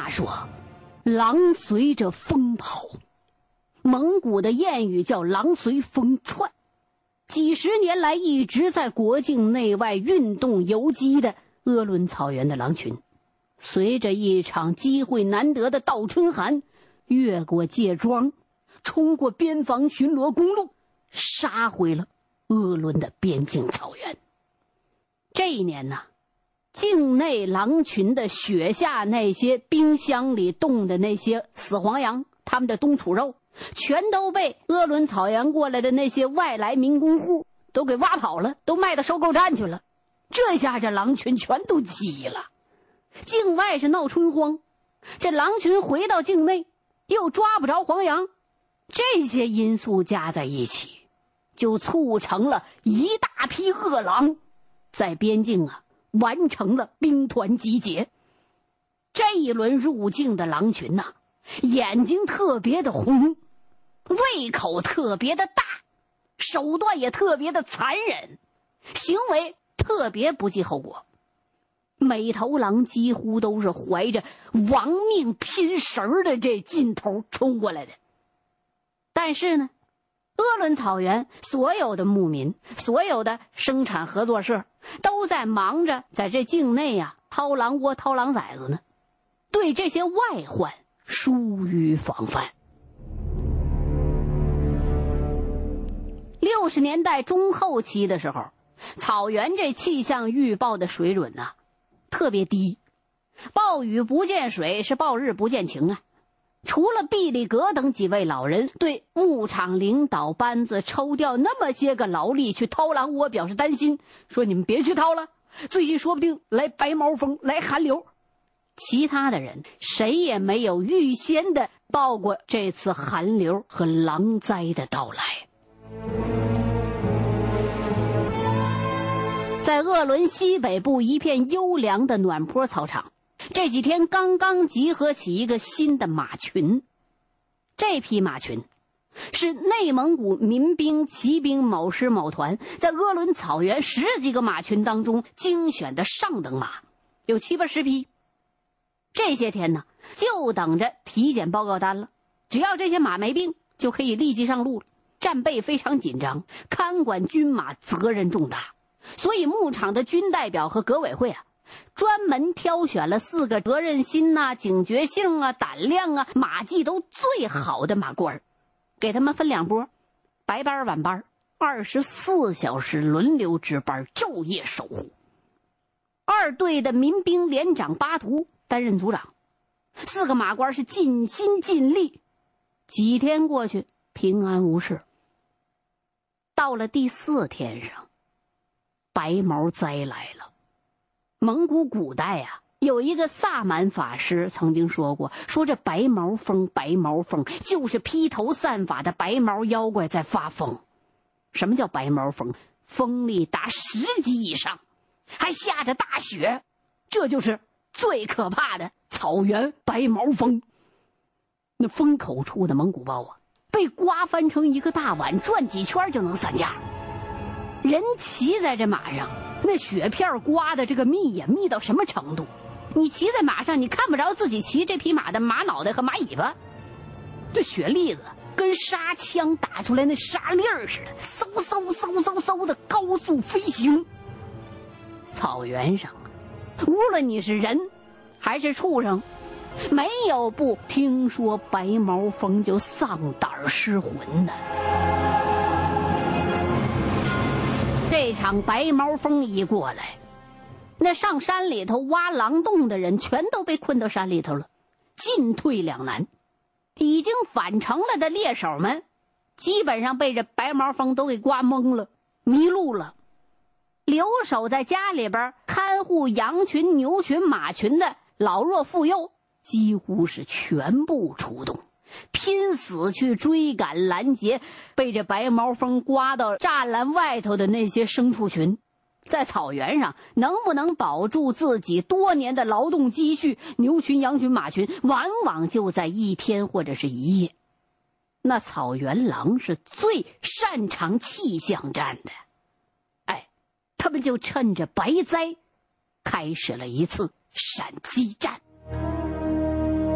话说，狼随着风跑。蒙古的谚语叫狼随风窜。几十年来一直在国境内外运动游击的鄂伦草原的狼群，随着一场机会难得的倒春寒，越过界庄，冲过边防巡逻公路，杀回了鄂伦的边境草原。这一年呢，境内狼群的血下那些冰箱里冻的那些死黄羊，他们的冬储肉全都被鄂伦草原过来的那些外来民工户都给挖跑了，都卖到收购站去了。这下这狼群全都急了，境外是闹春荒，这狼群回到境内又抓不着黄羊，这些因素加在一起，就促成了一大批恶狼在边境完成了兵团集结。这一轮入境的狼群眼睛特别的红，胃口特别的大，手段也特别的残忍，行为特别不计后果。每头狼几乎都是怀着亡命拼食的这劲头冲过来的。但是呢，鄂伦草原所有的牧民，所有的生产合作社都在忙着在这境内掏狼窝掏狼崽子呢，对这些外患疏于防范。60年代中后期的时候，草原这气象预报的水准特别低，暴雨不见水，是暴日不见晴啊。除了毕利格等几位老人对牧场领导班子抽调那么些个劳力去掏狼窝表示担心，说你们别去掏了，最近说不定来白毛风，来寒流，其他的人谁也没有预先的报过这次寒流和狼灾的到来。在鄂伦西北部一片优良的暖坡草场，这几天刚刚集合起一个新的马群。这匹马群是内蒙古民兵骑兵某师某团在鄂伦草原10几个马群当中精选的上等马，有7、80匹。这些天呢，就等着体检报告单了，只要这些马没病，就可以立即上路了。战备非常紧张，看管军马责任重大，所以牧场的军代表和革委会专门挑选了4个责任心警觉性胆量马技都最好的马官，给他们分2波，白班晚班，24小时轮流值班，昼夜守护。2队的民兵连长巴图担任组长，4个马官是尽心尽力。几天过去，平安无事。到了第4天上，白毛灾来了。蒙古古代有一个萨满法师曾经说过，说这白毛风就是披头散发的白毛妖怪在发疯。什么叫白毛风？风力达10级以上，还下着大雪，这就是最可怕的草原白毛风。那风口处的蒙古包被刮翻成一个大碗，转几圈就能散架。人骑在这马上，那雪片刮的这个密到什么程度？你骑在马上，你看不着自己骑这匹马的马脑袋和马尾巴，这雪粒子跟沙枪打出来那沙粒儿似的，嗖嗖嗖嗖嗖的高速飞行。草原上无论你是人还是畜生，没有不听说白毛风就丧胆失魂的。这场白毛风一过来，那上山里头挖狼洞的人全都被困到山里头了，进退两难。已经返程了的猎手们基本上被这白毛风都给刮懵了，迷路了。留守在家里边看护羊群、牛群、马群的老弱妇幼几乎是全部出动，拼死去追赶拦截被这白毛风刮到栅栏外头的那些牲畜群。在草原上能不能保住自己多年的劳动积蓄，牛群、羊群、马群往往就在1天或者是1夜。那草原狼是最擅长气象战的，他们就趁着白灾开始了一次闪击战。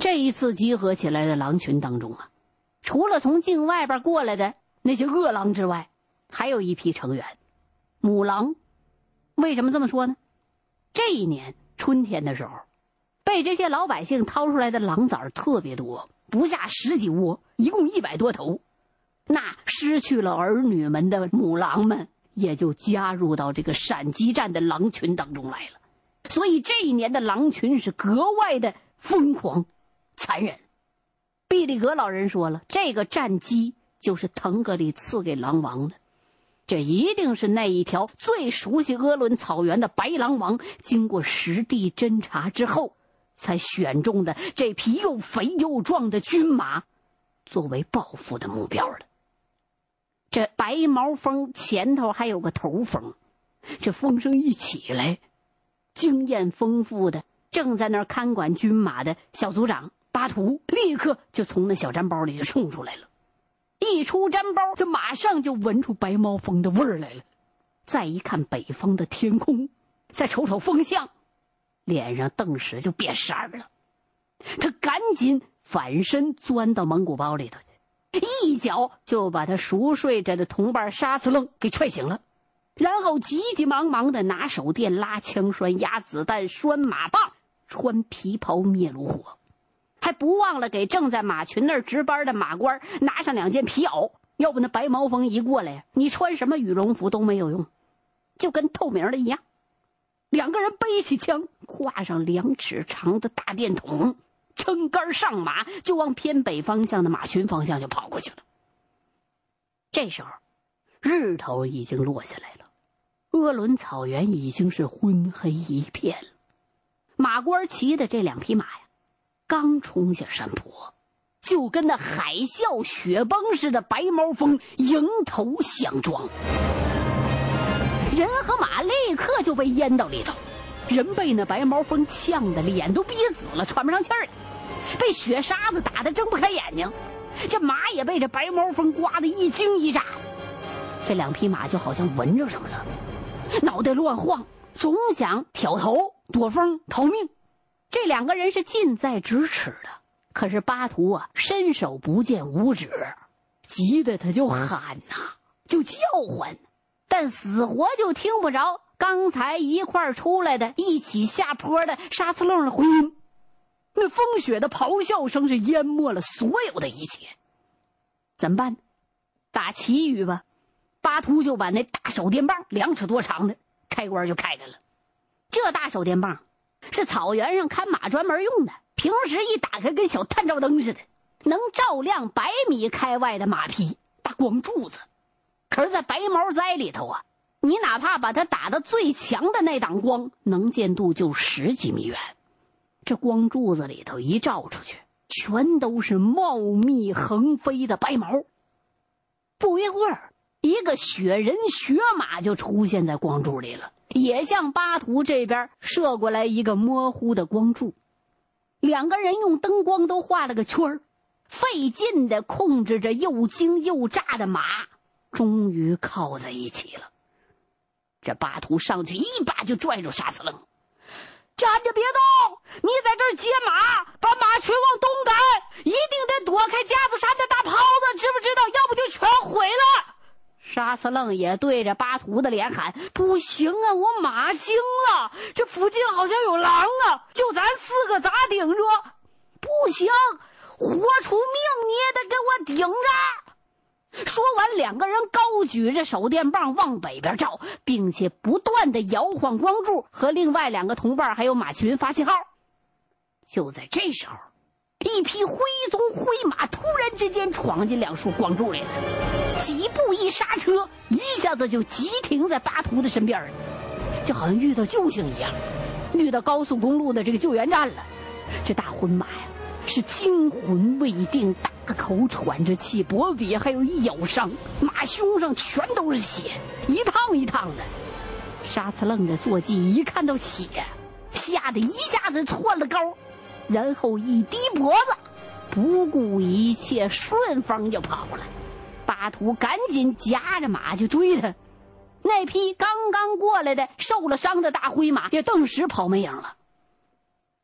这一次集合起来的狼群当中啊，除了从境外边过来的那些恶狼之外，还有一批成员，母狼。为什么这么说呢？这一年春天的时候，被这些老百姓掏出来的狼崽特别多，不下10几窝，一共100多头。那失去了儿女们的母狼们也就加入到这个闪击战的狼群当中来了。所以这一年的狼群是格外的疯狂残忍。毕里格老人说了，这个战机就是腾格里赐给狼王的，这一定是那一条最熟悉鄂伦草原的白狼王经过实地侦察之后才选中的这匹又肥又壮的军马作为报复的目标的。这白毛峰前头还有个头峰，这风声一起来，经验丰富的正在那儿看管军马的小组长巴图立刻就从那小毡包里就冲出来了。一出毡包，这马上就闻出白毛峰的味儿来了。再一看北方的天空，再瞅瞅风向，脸上顿时就变色了。他赶紧反身钻到蒙古包里头，一脚就把他熟睡着的同伴沙子愣给踹醒了，然后急急忙忙的拿手电、拉枪栓、压子弹、拴马棒、穿皮袍、灭炉火，还不忘了给正在马群那儿值班的马官拿上2件皮袄，要不那白毛峰一过来，你穿什么羽绒服都没有用，就跟透明的一样。2个人背起枪，挎上2尺长的大电筒，撑杆上马，就往偏北方向的马群方向就跑过去了。这时候日头已经落下来了，鄂伦草原已经是昏黑一片了。马官骑的这2匹马呀，刚冲下山坡，就跟那海啸雪崩似的白毛峰迎头相撞，人和马立刻就被淹到里头，人被那白毛峰呛得脸都憋紫了，喘不上气儿来，被雪沙子打得睁不开眼睛，这马也被这白毛峰刮得一惊一乍。这2匹马就好像闻着什么了，脑袋乱晃，总想挑头躲风逃命。这2个人是近在咫尺的，可是巴图啊伸手不见五指，急得他就喊呐，就叫唤，但死活就听不着刚才一块出来的一起下坡的沙刺楞的回音。那风雪的咆哮声是淹没了所有的一切。怎么办？打旗语吧。巴图就把那大手电棒2尺多长的开关就开开了。这大手电棒是草原上看马专门用的，平时一打开跟小探照灯似的，能照亮100米开外的马匹大光柱子。可是在白毛灾里头啊，你哪怕把它打到最强的那档光，能见度就10几米远，这光柱子里头一照出去，全都是茂密横飞的白毛。不一会儿，一个雪人雪马就出现在光柱里了，也向巴图这边射过来一个模糊的光柱。2个人用灯光都画了个圈，费劲地控制着又惊又乍的马，终于靠在一起了。这巴图上去一把就拽住沙司楞，站着别动，你在这儿接马，把马群往东赶，一定得躲开夹子山的大袍子，知不知道？要不就全毁了。沙司楞也对着巴图的脸喊，不行啊，我马惊了，这附近好像有狼啊，就咱4个咋顶着？不行，活出命你也得给我顶着。说完，2个人高举着手电棒往北边照，并且不断地摇晃光柱，和另外2个同伴还有马群发信号。就在这时候，一匹灰鬃灰马突然之间闯进2束光柱里了，几步一刹车，一下子就急停在巴图的身边了，就好像遇到救星一样，遇到高速公路的这个救援站了。这大昏马呀，是惊魂未定，大口喘着气，脖子底下还有一咬伤，马胸上全都是血，一趟一趟的。沙司楞的坐骑一看到血，吓得一下子窜了高，然后一低脖子，不顾一切顺风就跑了。巴图赶紧夹着马就追他，那匹刚刚过来的受了伤的大灰马也顿时跑没影了。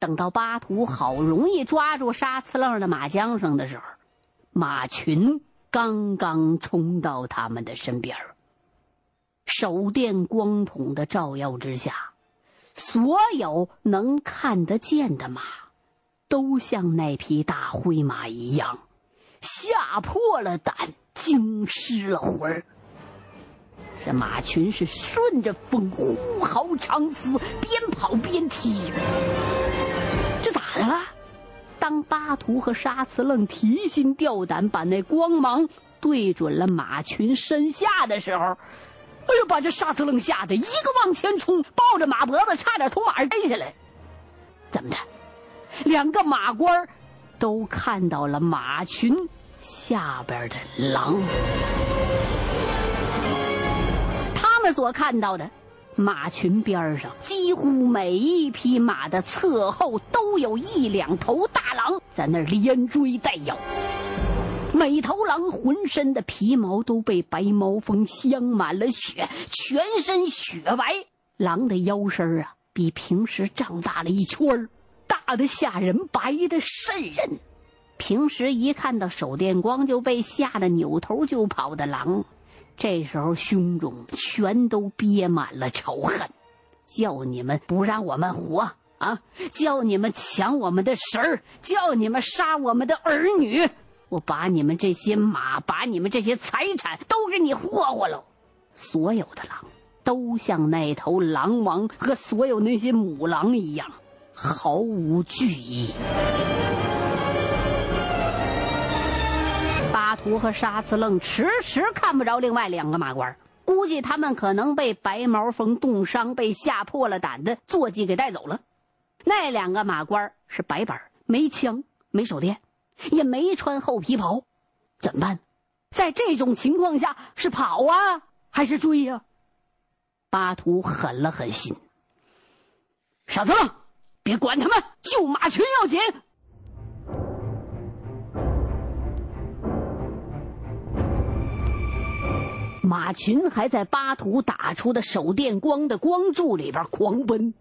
等到巴图好容易抓住沙刺愣的马缰绳的时候，马群刚刚冲到他们的身边。手电光筒的照耀之下，所有能看得见的马都像那匹大灰马一样，吓破了胆，惊失了魂儿。这马群是顺着风呼号长嘶，边跑边踢。这咋的了？当巴图和沙刺愣提心吊胆把那光芒对准了马群身下的时候，哎呦，把这沙刺愣吓得一个往前冲，抱着马脖子差点从马上飞下来。怎么的？两个马官都看到了马群下边的狼。他们所看到的，马群边上几乎每一匹马的侧后都有一两头大狼在那儿连追带咬。每头狼浑身的皮毛都被白毛峰镶满了血，全身雪白。狼的腰身啊，比平时胀大了一圈，大的吓人，白的瘆人。平时一看到手电光就被吓得扭头就跑的狼，这时候胸中全都憋满了仇恨，叫你们不让我们活啊！叫你们抢我们的食儿，叫你们杀我们的儿女，我把你们这些马，把你们这些财产都给你霍霍了。所有的狼都像那头狼王和所有那些母狼一样，毫无惧意。巴图和沙刺愣迟迟看不着另外两个马官，估计他们可能被白毛峰冻伤，被吓破了胆的坐骑给带走了。那两个马官是白板，没枪，没手电，也没穿厚皮袍，怎么办？在这种情况下，是跑啊还是追啊？巴图狠了狠心，沙刺愣，别管他们，救马群要紧。马群还在巴图打出的手电光的光柱里边狂奔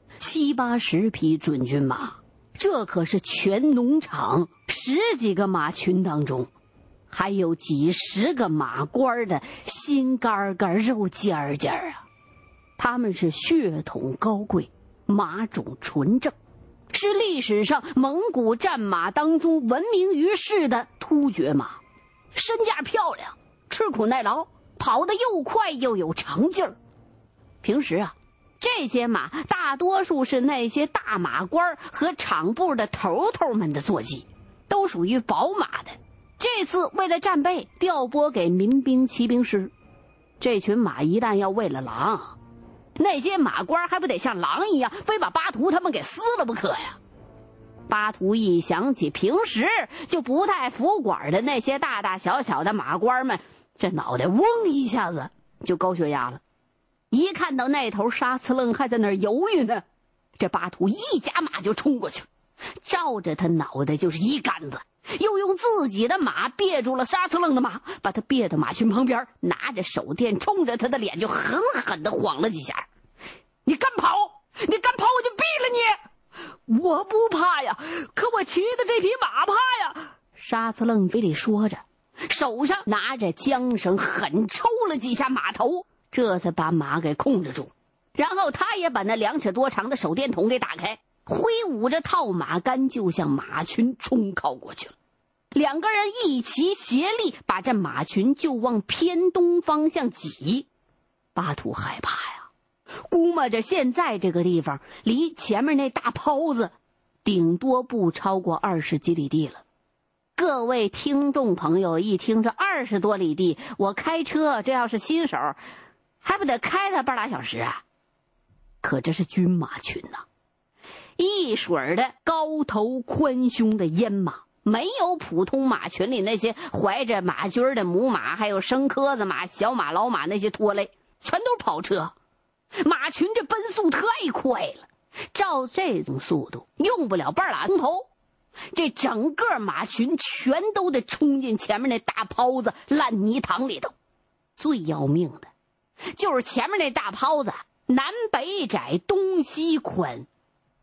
，70-80匹准军马，这可是全农场10几个马群当中还有几十个马官的心肝肝肉尖尖啊！他们是血统高贵，马种纯正，是历史上蒙古战马当中闻名于世的突厥马，身价漂亮，吃苦耐劳，跑得又快又有长劲儿。平时啊，这些马大多数是那些大马官和场部的头头们的坐骑，都属于宝马的。这次为了战备，调拨给民兵骑兵师。这群马一旦要为了狼，那些马官还不得像狼一样，非把巴图他们给撕了不可呀！巴图一想起平时就不太服管的那些大大小小的马官们，这脑袋嗡一下子就高血压了。一看到那头沙刺愣还在那儿犹豫呢，这巴图一夹马就冲过去了，照着他脑袋就是一杆子，又用自己的马别住了沙刺愣的马，把他别到马群旁边，拿着手电冲着他的脸就狠狠地晃了几下。你敢跑？你敢跑我就毙了你！我不怕呀，可我骑的这匹马怕呀！沙刺愣嘴里说着，手上拿着缰绳狠抽了几下马头，这才把马给控制住。然后他也把那2尺多长的手电筒给打开，挥舞着套马杆就向马群冲靠过去了。两个人一齐协力把这马群就往偏东方向挤。巴图害怕呀，估摸着现在这个地方离前面那大泡子顶多不超过20几里地了。各位听众朋友一听这20多里地，我开车这要是新手还不得开它半拉小时啊？可这是军马群呐，一水儿的高头宽胸的阉马，没有普通马群里那些怀着马驹的母马，还有生磕子马、小马、老马那些拖累，全都是跑车。马群这奔速太快了，照这种速度用不了半拉钟头，这整个马群全都得冲进前面那大泡子烂泥塘里头。最要命的就是前面那大泡子南北窄东西宽，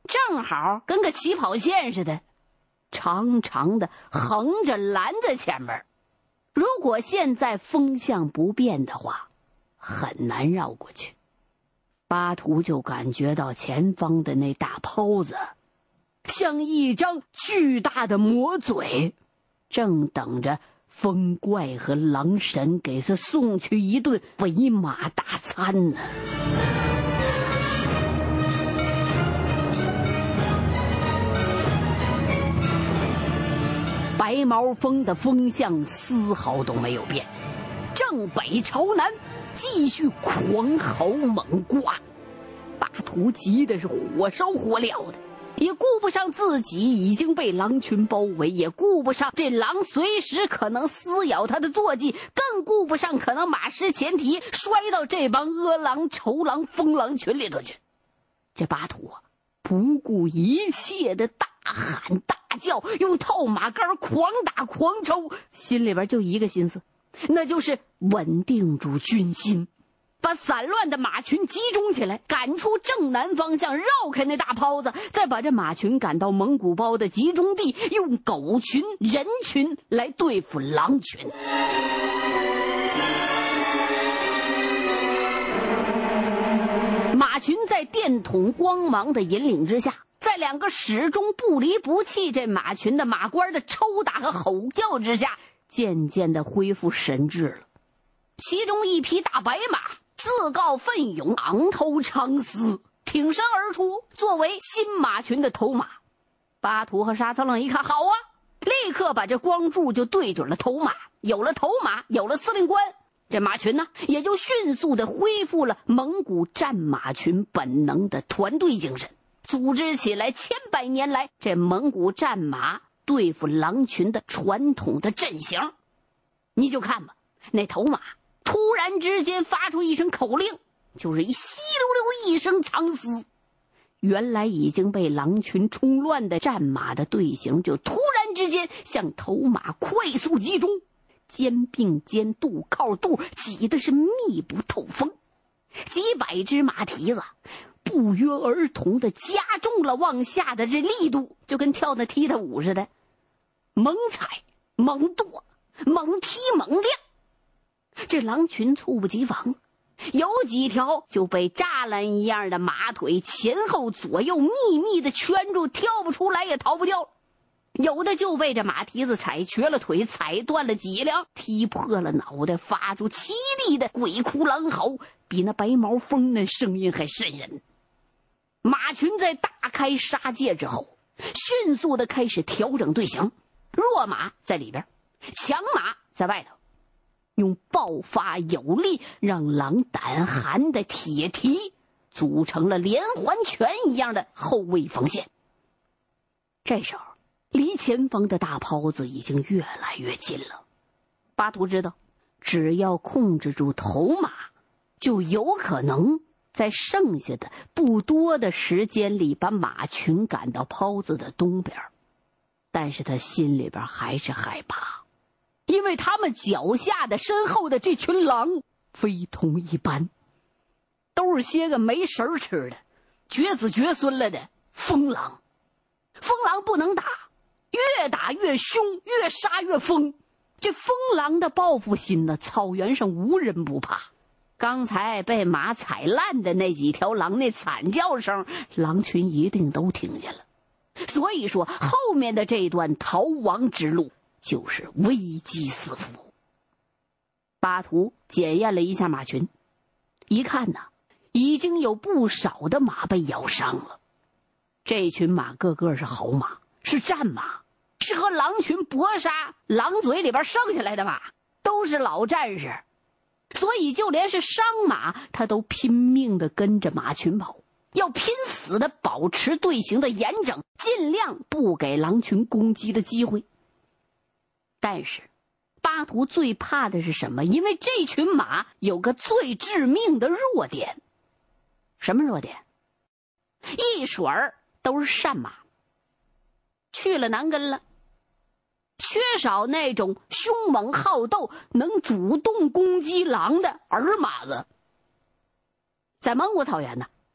正好跟个起跑线似的，长长的横着拦在前面。如果现在风向不变的话，很难绕过去。巴图就感觉到前方的那大泡子像一张巨大的魔嘴，正等着风怪和狼神给他送去一顿北马大餐呢。白毛风的风向丝毫都没有变，正北朝南，继续狂嚎猛刮。巴图急的是火烧火燎的，也顾不上自己已经被狼群包围，也顾不上这狼随时可能撕咬他的坐骑，更顾不上可能马失前蹄摔到这帮恶狼、仇狼、疯狼群里头去。这巴图不顾一切的大喊大叫，用套马杆狂打狂抽，心里边就一个心思，那就是稳定住军心，把散乱的马群集中起来，赶出正南方向，绕开那大泡子，再把这马群赶到蒙古包的集中地，用狗群、人群来对付狼群。马群在电筒光芒的引领之下，在两个始终不离不弃这马群的马官的抽打和吼叫之下，渐渐地恢复神智了。其中一匹大白马自告奋勇，昂头长嘶，挺身而出，作为新马群的头马。巴图和沙僧楞一看，好啊，立刻把这光柱就对准了头马。有了头马，有了司令官，这马群呢，也就迅速地恢复了蒙古战马群本能的团队精神，组织起来千百年来这蒙古战马对付狼群的传统的阵型。你就看吧，那头马突然之间发出一声口令，就是一稀溜溜一声长嘶，原来已经被狼群冲乱的战马的队形就突然之间向头马快速集中，肩并肩，肚靠肚，挤得是密不透风。几百只马蹄子不约而同地加重了往下的这力度，就跟跳那踢踏舞似的，猛踩猛跺猛踢猛亮。这狼群猝不及防，有几条就被栅栏一样的马腿前后左右密密的圈住，跳不出来也逃不掉。有的就被这马蹄子踩瘸了腿，踩断了脊梁，踢破了脑袋，发出凄厉的鬼哭狼嚎，比那白毛风那声音还瘆人。马群在大开杀戒之后，迅速的开始调整队形，弱马在里边，强马在外头，用爆发有力让狼胆寒的铁蹄组成了连环拳一样的后卫防线。这时候离前方的大泡子已经越来越近了。巴图知道，只要控制住头马，就有可能在剩下的不多的时间里把马群赶到泡子的东边。但是他心里边还是害怕，因为他们脚下的身后的这群狼非同一般，都是些个没食吃的绝子绝孙了的疯狼。疯狼不能打，越打越凶，越杀越疯。这疯狼的报复心呢，草原上无人不怕。刚才被马踩烂的那几条狼那惨叫声，狼群一定都听见了。所以说后面的这段逃亡之路就是危机四伏。巴图检验了一下马群，一看呢，已经有不少的马被咬伤了。这群马个个是好马，是战马，是和狼群搏杀狼嘴里边剩下来的马，都是老战士。所以就连是伤马，他都拼命地跟着马群跑，要拼死地保持队形的严整，尽量不给狼群攻击的机会。但是巴图最怕的是什么？因为这群马有个最致命的弱点。什么弱点？一水儿都是善马，去了南根了，缺少那种凶猛好斗能主动攻击狼的儿马子。在蒙古草原呢，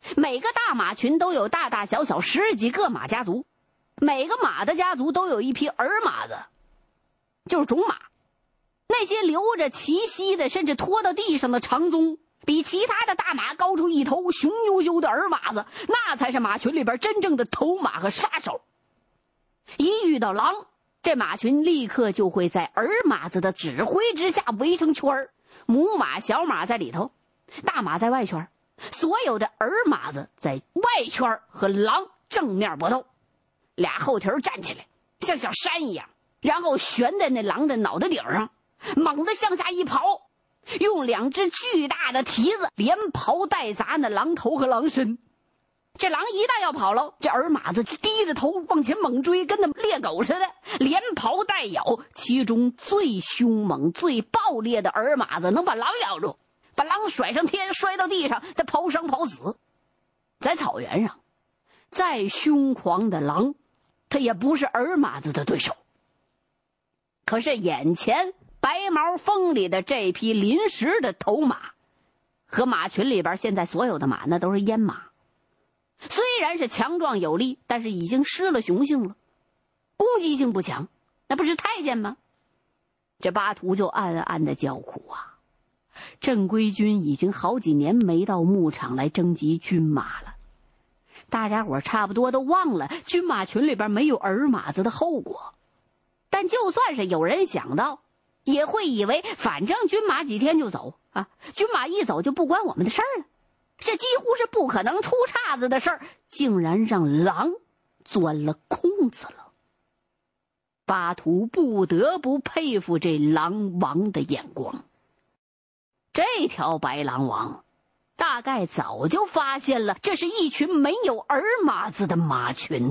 每个大马群都有大大小小10几个马家族，每个马的家族都有一匹儿马子，就是种马。那些留着齐膝的甚至拖到地上的长鬃，比其他的大马高出一头雄赳赳的儿马子，那才是马群里边真正的头马和杀手。一遇到狼，这马群立刻就会在儿马子的指挥之下围成圈儿，母马小马在里头，大马在外圈，所有的儿马子在外圈和狼正面搏斗，俩后蹄站起来像小山一样，然后悬在那狼的脑袋顶上，猛地向下一刨，用2只巨大的蹄子连刨带砸那狼头和狼身。这狼一旦要跑了，这儿马子低着头往前猛追，跟那猎狗似的，连刨带咬。其中最凶猛最暴烈的儿马子能把狼咬住，把狼甩上天，摔到地上，再刨生刨死。在草原上，再凶狂的狼，他也不是儿马子的对手。可是眼前白毛峰里的这匹临时的头马，和马群里边现在所有的马那都是阉马，虽然是强壮有力，但是已经失了雄性了，攻击性不强，那不是太监吗？这巴图就暗暗的叫苦啊！正规军已经好几年没到牧场来征集军马了，大家伙差不多都忘了军马群里边没有儿马子的后果。但就算是有人想到，也会以为反正军马几天就走啊，军马一走就不关我们的事儿了。这几乎是不可能出岔子的事儿，竟然让狼钻了空子了。巴图不得不佩服这狼王的眼光。这条白狼王大概早就发现了，这是一群没有儿马子的马群。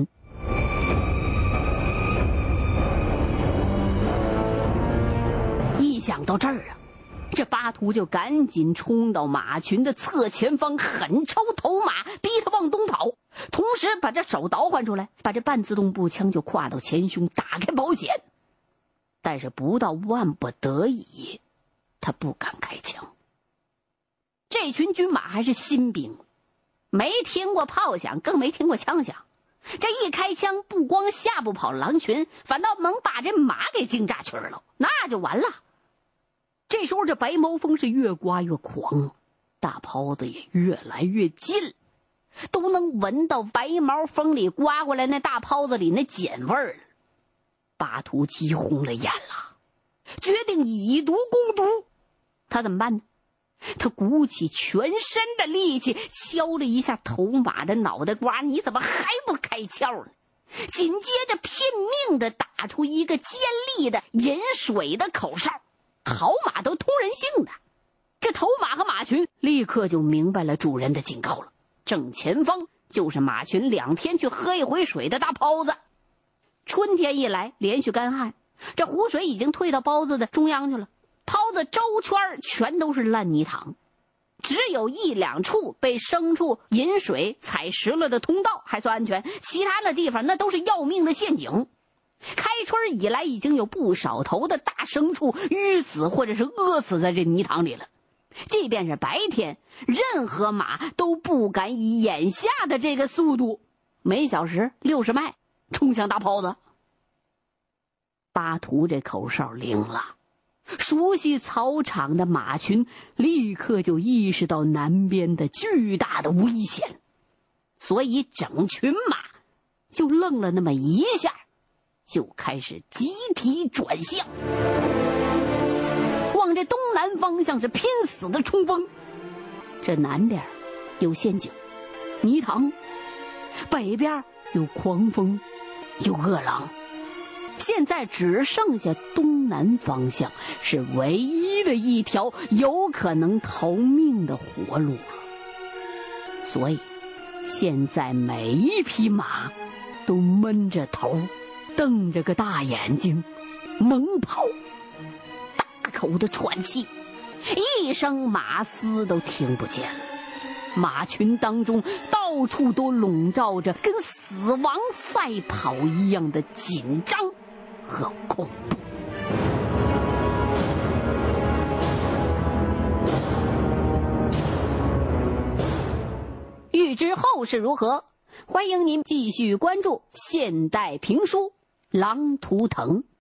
一想到这儿啊，这巴图就赶紧冲到马群的侧前方，狠抽头马，逼他往东跑，同时把这手倒换出来，把这半自动步枪就挎到前胸，打开保险。但是不到万不得已，他不敢开枪。这群军马还是新兵，没听过炮响，更没听过枪响。这一开枪，不光吓不跑狼群，反倒能把这马给惊炸群了，那就完了。这时候这白毛风是越刮越狂，大炮子也越来越近，都能闻到白毛风里刮过来那大炮子里那碱味儿了。巴图急红了眼了，决定以毒攻毒。他怎么办呢？他鼓起全身的力气敲了一下头马的脑袋瓜，你怎么还不开窍呢？紧接着拼命地打出一个尖利的饮水的口哨，好马都通人性的。这头马和马群立刻就明白了主人的警告了，正前方就是马群2天去喝一回水的大泡子。春天一来，连续干旱，这湖水已经退到包子的中央去了，泡子周圈全都是烂泥塘，只有1、2处被牲畜饮水踩实了的通道还算安全，其他的地方那都是要命的陷阱。开春以来，已经有不少头的大牲畜淤死或者是饿死在这泥塘里了。即便是白天，任何马都不敢以眼下的这个速度，每小时60迈冲向大泡子。巴图这口哨灵了，熟悉草场的马群立刻就意识到南边的巨大的危险，所以整群马就愣了那么一下，就开始集体转向，往这东南方向是拼死的冲锋。这南边有陷阱泥塘，北边有狂风有恶狼，现在只剩下东南方向是唯一的一条有可能逃命的活路了。所以现在每一匹马都闷着头，瞪着个大眼睛，猛跑，大口的喘气，一声马嘶都听不见了。马群当中到处都笼罩着跟死亡赛跑一样的紧张和恐怖。 欲知后事如何，欢迎您继续关注现代评书《狼图腾》。